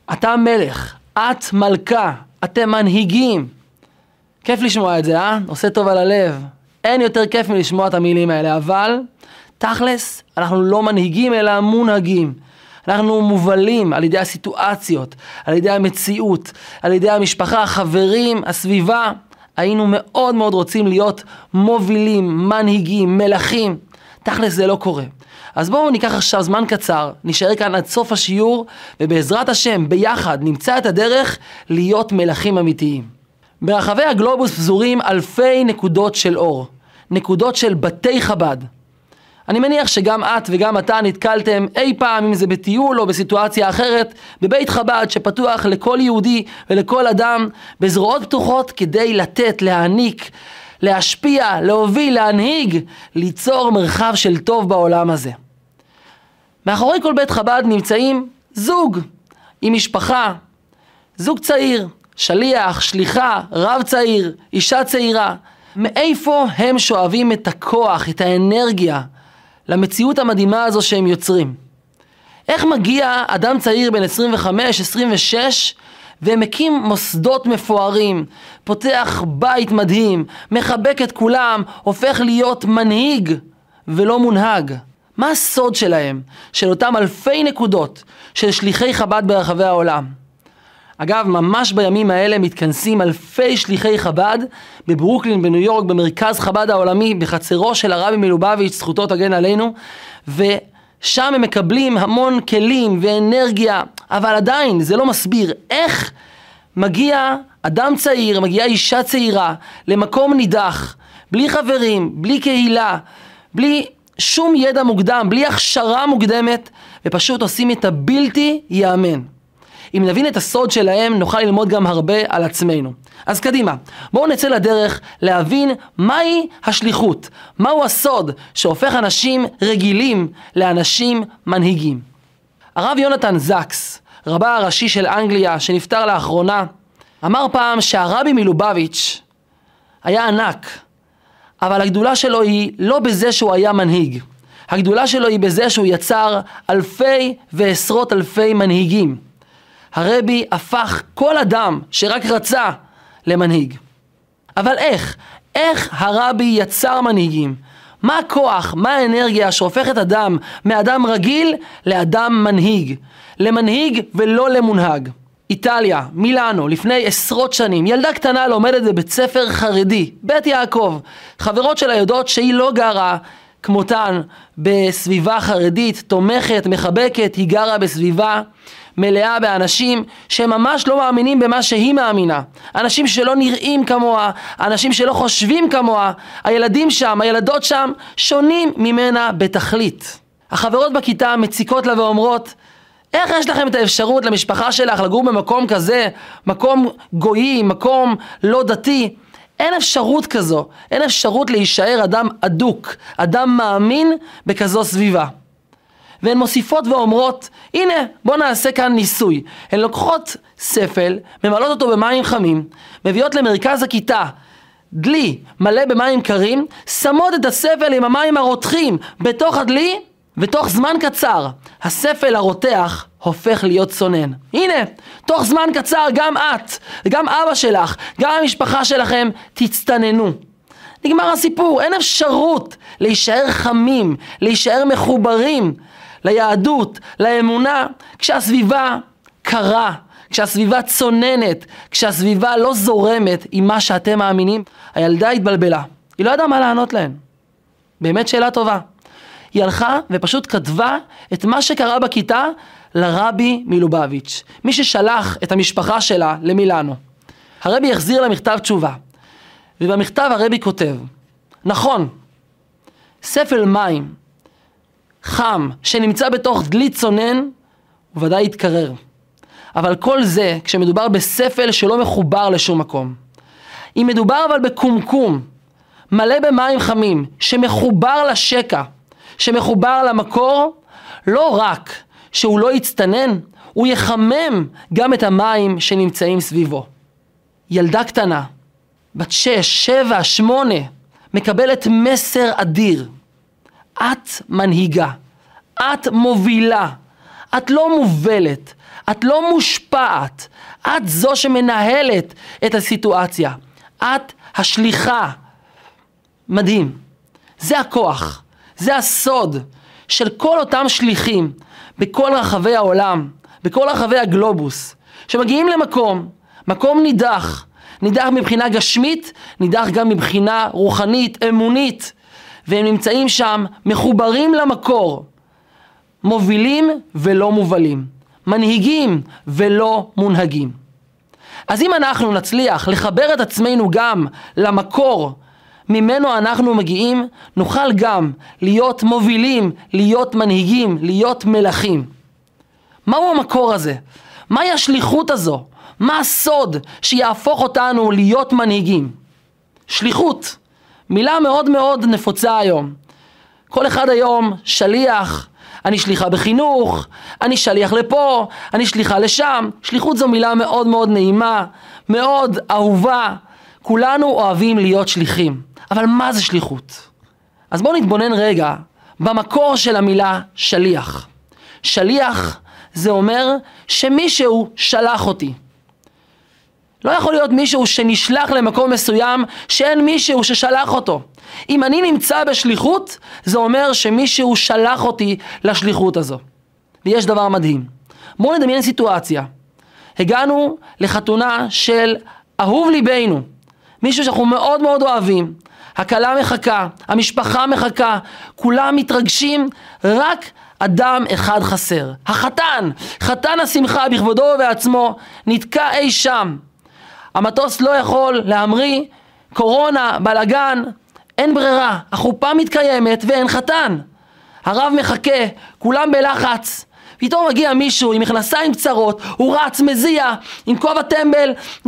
אתה מלך, את מלכה, אתם מנהיגים. כיף לשמוע את זה, עושה טוב על הלב. אין יותר כיף מלשמוע את המילים האלה, אבל תכלס, אנחנו לא מנהיגים אלא מונהגים. אנחנו מובלים על ידי הסיטואציות, על ידי המציאות, על ידי המשפחה, החברים, הסביבה. היינו מאוד מאוד רוצים להיות מובילים, מנהיגים, מלכים. תכלס זה לא קורה. אז בואו ניקח עכשיו זמן קצר, נשאר כאן עד סוף השיעור, ובעזרת השם ביחד נמצא את הדרך להיות מלכים אמיתיים. ברחבי הגלובוס פזורים אלפי נקודות של אור, נקודות של בתי חב"ד. אני מניח שגם את וגם אתה נתקלתם אי פעם, אם זה בטיול או בסיטואציה אחרת, בבית חב"ד שפתוח לכל יהודי ולכל אדם, בזרועות פתוחות כדי לתת, להעניק, להשפיע, להוביל, להנהיג, ליצור מרחב של טוב בעולם הזה. מאחורי כל בית חב"ד נמצאים זוג עם משפחה, זוג צעיר, שליח, שליחה, רב צעיר, אישה צעירה. מאיפה הם שואבים את הכוח, את האנרגיה, למציאות המדהימה הזו שהם יוצרים? איך מגיע אדם צעיר בן 25, 26, ומקים מוסדות מפוארים, פותח בית מדהים, מחבק את כולם, הופך להיות מנהיג ולא מונהג? מה הסוד שלהם, של אותם אלפי נקודות של שליחי חב"ד ברחבי העולם? אגב, ממש בימים האלה מתכנסים אלפי שליחי חב"ד בברוקלין בניו יורק, במרכז חב"ד העולמי, בחצרו של הרבי מלובביץ', זכותו תגן עלינו, ושם הם מקבלים המון כלים ואנרגיה, אבל עדיין זה לא מסביר איך מגיע אדם צעיר, מגיעה אישה צעירה למקום נידח, בלי חברים, בלי קהילה, בלי שום ידע מוקדם, בלי הכשרה מוקדמת, ופשוט עושים את הבלתי יאמן. אם נבין את הסוד שלהם, נוכל ללמוד גם הרבה על עצמנו. אז קדימה, בואו נצא לדרך להבין מהי השליחות, מהו הסוד שהופך אנשים רגילים לאנשים מנהיגים. הרב יונתן זקס, רבה הראשי של אנגליה שנפטר לאחרונה, אמר פעם שהרבי מלובביץ' היה ענק, אבל הגדולה שלו היא לא בזה שהוא היה מנהיג. הגדולה שלו היא בזה שהוא יצר אלפי ועשרות אלפי מנהיגים. הרבי הפך כל אדם שרק רצה למנהיג. אבל איך הרבי יצר מנהיגים? מה הכוח, מה האנרגיה שהופכת אדם מאדם רגיל לאדם מנהיג? למנהיג ולא למונהג. איטליה, מילאנו, לפני עשרות שנים, ילדה קטנה לומדת בבית ספר חרדי, בית יעקב. חברות שלה יודעות שהיא לא גרה כמותן בסביבה חרדית, תומכת, מחבקת, היא גרה בסביבה מלאה באנשים שממש לא מאמינים במה שהיא מאמינה. אנשים שלא נראים כמוה, אנשים שלא חושבים כמוה. הילדים שם, הילדות שם, שונים ממנה בתכלית. החברות בכיתה מציקות לה ואומרות, איך יש לכם את האפשרות למשפחה שלך לגור במקום כזה, מקום גוי, מקום לא דתי? אין אפשרות כזו, אין אפשרות להישאר אדם אדוק, אדם מאמין בכזו סביבה. והן מוסיפות ואומרות, הנה בוא נעשה כאן ניסוי. הן לוקחות ספל, ממלאות אותו במים חמים, מביאות למרכז הכיתה דלי מלא במים קרים, שמות את הספל עם המים הרותחים בתוך הדלי, ותוך זמן קצר הספל הרותח הופך להיות צונן. הנה, תוך זמן קצר גם את וגם אבא שלך, גם המשפחה שלכם תצטננו. נגמר הסיפור. אין אפשרות להישאר חמים, להישאר מחוברים ליהדות, לאמונה, כשהסביבה קרה, כשהסביבה צוננת, כשהסביבה לא זורמת עם מה שאתם מאמינים. הילדה התבלבלה, היא לא ידעה מה לענות להן. באמת שאלה טובה. היא הלכה ופשוט כתבה את מה שקרה בכיתה לרבי מלובביץ', מי ששלח את המשפחה שלה למילאנו. הרבי החזיר לה מכתב תשובה, ובמכתב הרבי כותב, נכון, ספל מים חם שנמצא בתוך דלי צונן הוא ודאי יתקרר, אבל כל זה כשמדובר בספל שלא מחובר לשום מקום. אם מדובר אבל בקומקום מלא במים חמים שמחובר לשקע, שמחובר למקור, לא רק שהוא לא יצטנן, הוא יחמם גם את המים שנמצאים סביבו. ילדה קטנה, בת 6, 7, 8, מקבלת מסר אדיר. את מנהיגה, את מובילה, את לא מובלת, את לא מושפעת, את זו שמנהלת את הסיטואציה, את השליחה. מדהים. זה הכוח, זה הסוד של כל אותם שליחים בכל רחבי העולם, בכל רחבי הגלובוס, שמגיעים מקום נידח מבחינה גשמית, נידח גם מבחינה רוחנית, אמונית, והם נמצאים שם מחוברים למקור, מובילים ולא מובלים, מנהיגים ולא מונהגים. אז אם אנחנו נצליח לחבר את עצמנו גם למקור ממנו אנחנו מגיעים, נוכל גם להיות מובילים, להיות מנהיגים, להיות מלכים. מהו המקור הזה? מהי השליחות הזו? מה הסוד שיהפוך אותנו להיות מנהיגים? שליחות, מילה מאוד מאוד נפוצה היום. כל אחד היום שליח, אני שליחה בחינוך, אני שליח לפה, אני שליחה לשם. שליחות זו מילה מאוד מאוד נעימה, מאוד אהובה. כולנו אוהבים להיות שליחים. אבל מה זה שליחות? אז בואו נתבונן רגע במקור של המילה שליח. שליח זה אומר שמישהו שלח אותי. לא יכול להיות מישהו שנשלח למקום מסוים שאין מישהו ששלח אותו. אם אני נמצא בשליחות, זה אומר שמישהו שלח אותי לשליחות הזו. ויש דבר מדהים. בואו נדמיין סיטואציה. הגענו לחתונה של אהוב ליבנו. מישהו שאנחנו מאוד מאוד אוהבים. הכלה מחכה, המשפחה מחכה, כולם מתרגשים, רק אדם אחד חסר. החתן, חתן השמחה בכבודו ובעצמו, נתקע אי שם. המטוס לא יכול להמריא, קורונה, בלגן, אין ברירה, החופה מתקיימת ואין חתן. הרב מחכה, כולם בלחץ. פתאום מגיע מישהו עם מכנסיים קצרות, הוא רץ, מזיע, עם כובע טמבל,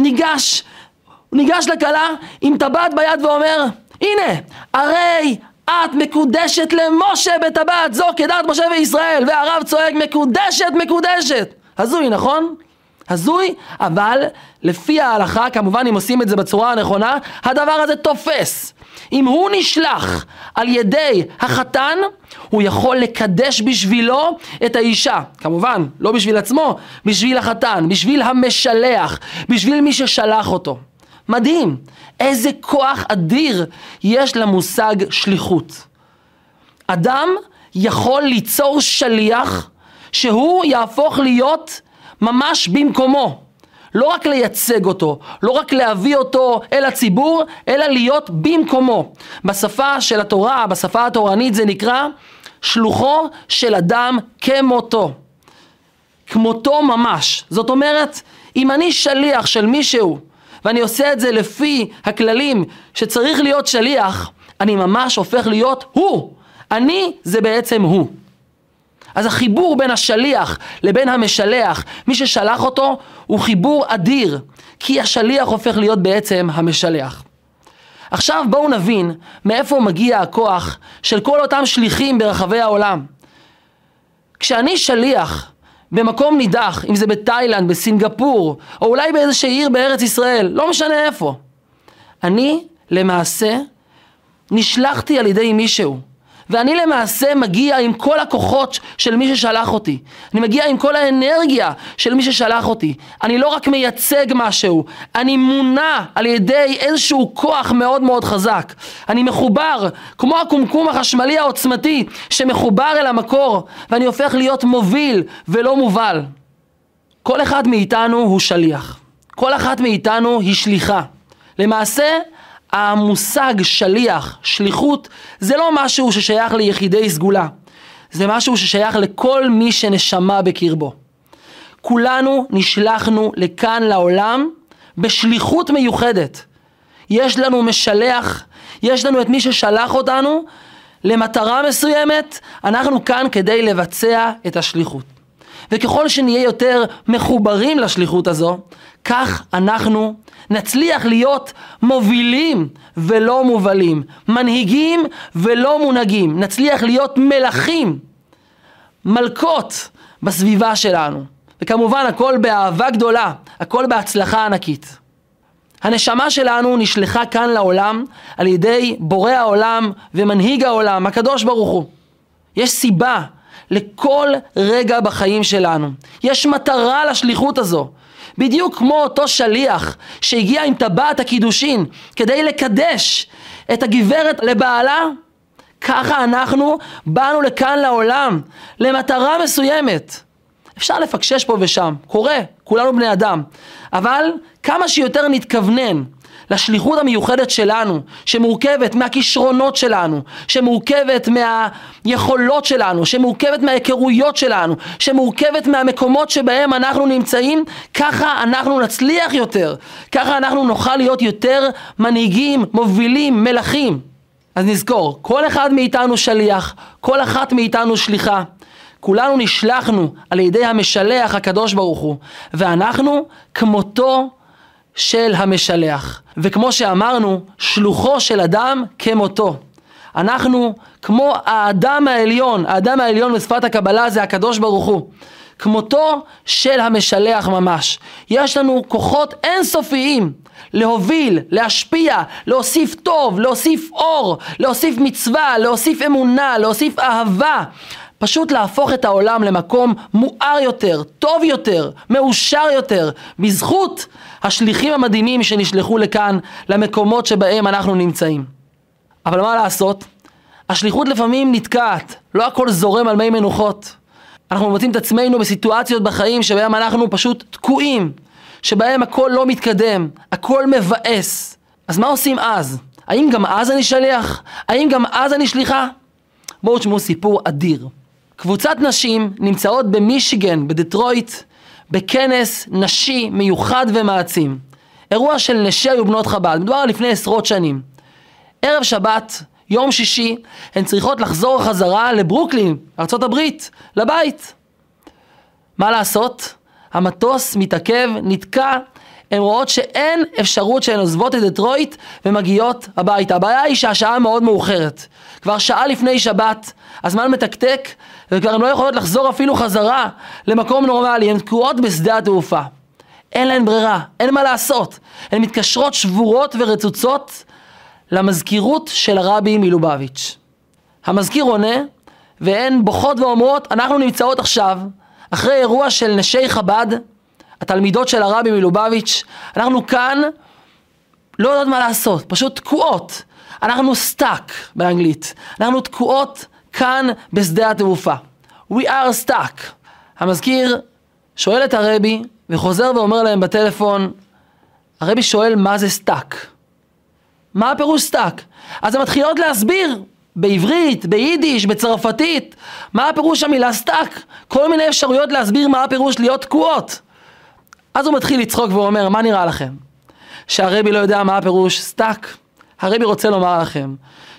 ניגש לכלה עם טבעת ביד ואומר, הנה, הרי את מקודשת למשה בטבעת זו כדעת משה וישראל. והרב צועק, מקודשת, מקודשת. הזוי, נכון? הזוי, אבל לפי ההלכה, כמובן אם עושים את זה בצורה הנכונה, הדבר הזה תופס. אם הוא נשלח על ידי החתן, הוא יכול לקדש בשבילו את האישה. כמובן, לא בשביל עצמו, בשביל החתן, בשביל המשלח, בשביל מי ששלח אותו. מדהים, איזה כוח אדיר יש למושג שליחות. אדם יכול ליצור שליח שהוא יהפוך להיות ממש במקומו. לא רק לייצג אותו, לא רק להביא אותו אל הציבור, אלא להיות במקומו. בשפה של התורה, בשפה התורנית זה נקרא שלוחו של אדם כמותו. כמותו ממש. זאת אומרת, אם אני שליח של מישהו, ואני עושה את זה לפי הכללים שצריך להיות שליח, אני ממש הופך להיות הוא. אני זה בעצם הוא. אז החיבור בין השליח לבין המשלח, מי ששלח אותו, הוא חיבור אדיר, כי השליח הופך להיות בעצם המשלח. עכשיו בואו נבין מאיפה מגיע הכוח של כל אותם שליחים ברחבי העולם. כשאני שליח במקום נידח, אם זה בתאילנד, בסינגפור, או אולי באיזושהי עיר בארץ ישראל, לא משנה איפה, אני למעשה נשלחתי על ידי מישהו. ואני למעשה מגיע עם כל הכוחות של מי ששלח אותי. אני מגיע עם כל האנרגיה של מי ששלח אותי. אני לא רק מייצג משהו, אני מונע על ידי איזשהו כוח מאוד מאוד חזק. אני מחובר, כמו הקומקום החשמלי העוצמתי, שמחובר אל המקור, ואני הופך להיות מוביל ולא מובל. כל אחד מאיתנו הוא שליח. כל אחת מאיתנו היא שליחה. למעשה, המושג שליח, שליחות, זה לא משהו ששייך ליחידי סגולה. זה משהו ששייך לכל מי שנשמה בקרבו. כולנו נשלחנו לכאן לעולם בשליחות מיוחדת. יש לנו משלח, יש לנו את מי ששלח אותנו למטרה מסוימת, אנחנו כאן כדי לבצע את השליחות. וככל שנהיה יותר מחוברים לשליחות הזו, כך אנחנו נצליח להיות מובילים ולא מובלים, מנהיגים ולא מונהגים, נצליח להיות מלכים, מלכות בסביבה שלנו. וכמובן הכל באהבה גדולה, הכל בהצלחה ענקית. הנשמה שלנו נשלחה כאן לעולם על ידי בורא העולם ומנהיג העולם, הקדוש ברוך הוא. יש סיבה לכל רגע בחיים שלנו. יש מטרה לשליחות הזו. בדיוק כמו אותו שליח שהגיע עם טבעת הקידושין כדי לקדש את הגברת לבעלה, ככה אנחנו באנו לכאן לעולם למטרה מסוימת. אפשר לפקשש פה ושם, קורה, כולנו בני אדם, אבל כמה שיותר נתכוונן לשליחות המיוחדת שלנו, שמורכבת מהכישרונות שלנו, שמורכבת מהיכולות שלנו, שמורכבת מההיכרויות שלנו, שמורכבת מהמקומות שבהם אנחנו נמצאים, ככה אנחנו נצליח יותר, ככה אנחנו נוכל להיות יותר מנהיגים, מובילים, מלכים. אז נזכור, כל אחד מאיתנו שליח, כל אחת מאיתנו שליחה. כולנו נשלחנו על ידי המשלח הקדוש ברוך הוא, ואנחנו כמותו של המשלח. וכמו שאמרנו, שלוחו של אדם כמותו. אנחנו כמו האדם העליון, האדם העליון בשפת הקבלה זה הקדוש ברוך הוא. כמותו של המשלח ממש. יש לנו כוחות אינסופיים להוביל, להשפיע, להוסיף טוב, להוסיף אור, להוסיף מצווה, להוסיף אמונה, להוסיף אהבה. פשוט להפוך את העולם למקום מואר יותר, טוב יותר, מאושר יותר, בזכות השליחים המדהימים שנשלחו לכאן, למקומות שבהם אנחנו נמצאים. אבל מה לעשות? השליחות לפעמים נתקעת, לא הכל זורם על מי מנוחות. אנחנו מוצאים את עצמנו בסיטואציות בחיים שבהם אנחנו פשוט תקועים, שבהם הכל לא מתקדם, הכל מבאס. אז מה עושים אז? האם גם אז אני שליח? האם גם אז אני שליחה? בואו תשמעו סיפור אדיר. קבוצת נשים נמצאות במישיגן, בדטרויט, בכנס נשי מיוחד ומעצים. אירוע של נשי ובנות חב"ד, מדובר על לפני עשרות שנים. ערב שבת, יום שישי, הן צריכות לחזור חזרה לברוקלין, ארצות הברית, לבית. מה לעשות? המטוס מתעכב, נתקע, הן רואות שאין אפשרות שהן עוזבות את דטרויט ומגיעות הביתה. הבעיה היא שהשעה מאוד מאוחרת. כבר שעה לפני שבת, הזמן מתקתק, וכבר הן לא יכולות לחזור אפילו חזרה למקום נורמלי, הן תקועות בשדה התעופה. אין להן ברירה, אין מה לעשות. הן מתקשרות שבורות ורצוצות למזכירות של הרבי מלובביץ'. המזכיר עונה, והן בוכות ואומרות, אנחנו נמצאות עכשיו, אחרי אירוע של נשי חב"ד, התלמידות של הרבי מלובביץ', אנחנו כאן לא יודעות מה לעשות, פשוט תקועות. אנחנו stuck באנגלית. אנחנו תקועות כאן בשדה התעופה. We are stuck. המזכיר שואל את הרבי וחוזר ואומר להם בטלפון, הרבי שואל מה זה stuck? מה הפירוש stuck? אז הם מתחילות להסביר בעברית, ביידיש, בצרפתית, מה הפירוש המילה stuck? כל מיני אפשרויות להסביר מה הפירוש להיות תקועות. אז הוא מתחיל לצחוק ואומר, מה נראה לכם? שהרבי לא יודע מה הפירוש stuck? הרבי רוצה לומר לכם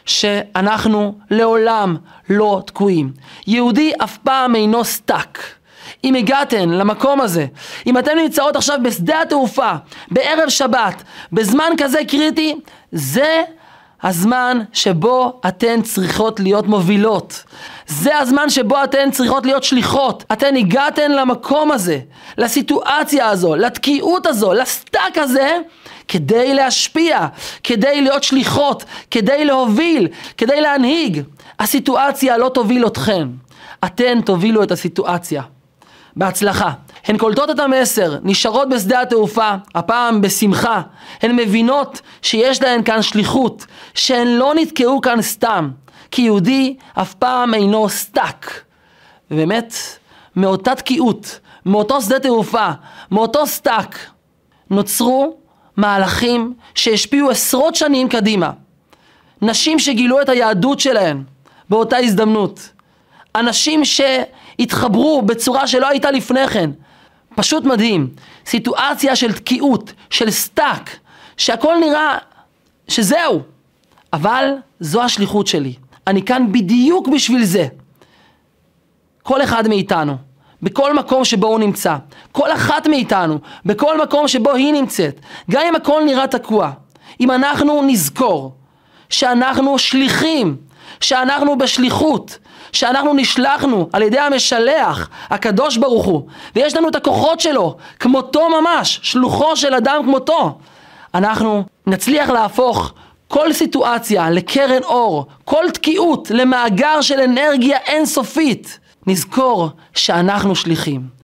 שאנחנו לעולם לא תקועים. יהודי אף פעם אינו stuck. אם הגעתן למקום הזה, אם אתן נמצאות עכשיו בשדה התעופה, בערב שבת, בזמן כזה קריטי, זה הזמן שבו אתן צריכות להיות מובילות. זה הזמן שבו אתן צריכות להיות שליחות. אתן הגעתן למקום הזה, לסיטואציה הזו, לתקיעות הזו, לסטק הזה, כדי להשפיע, כדי להיות שליחות, כדי להוביל, כדי להנהיג. הסיטואציה לא תוביל אתכן. אתן תובילו את הסיטואציה. בהצלחה. הן קולטות את המסר, נשארות בשדה התעופה, הפעם בשמחה. הן מבינות שיש להן כאן שליחות, שהן לא נתקעו כאן סתם, כי יהודי אף פעם אינו סטק. ובאמת, מאותה תקיעות, מאותו שדה תעופה, מאותו סטק, נוצרו מהלכים שהשפיעו עשרות שנים קדימה. נשים שגילו את היהדות שלהן באותה הזדמנות. אנשים שהתחברו בצורה שלא הייתה לפני כן. פשוט מדהים. סיטואציה של תקיעות, של סטק, שהכל נראה שזהו. אבל זו השליחות שלי. אני כאן בדיוק בשביל זה. כל אחד מאיתנו, בכל מקום שבו הוא נמצא, כל אחת מאיתנו, בכל מקום שבו היא נמצאת, גם אם הכל נראה תקוע, אם אנחנו נזכור שאנחנו שליחים, שאנחנו בשליחות, שאנחנו נשלחנו על ידי המשלח, הקדוש ברוך הוא, ויש לנו את הכוחות שלו, כמותו ממש, שלוחו של אדם כמותו, אנחנו נצליח להפוך כל סיטואציה לקרן אור, כל תקיעות למאגר של אנרגיה אינסופית. נזכור שאנחנו שליחים.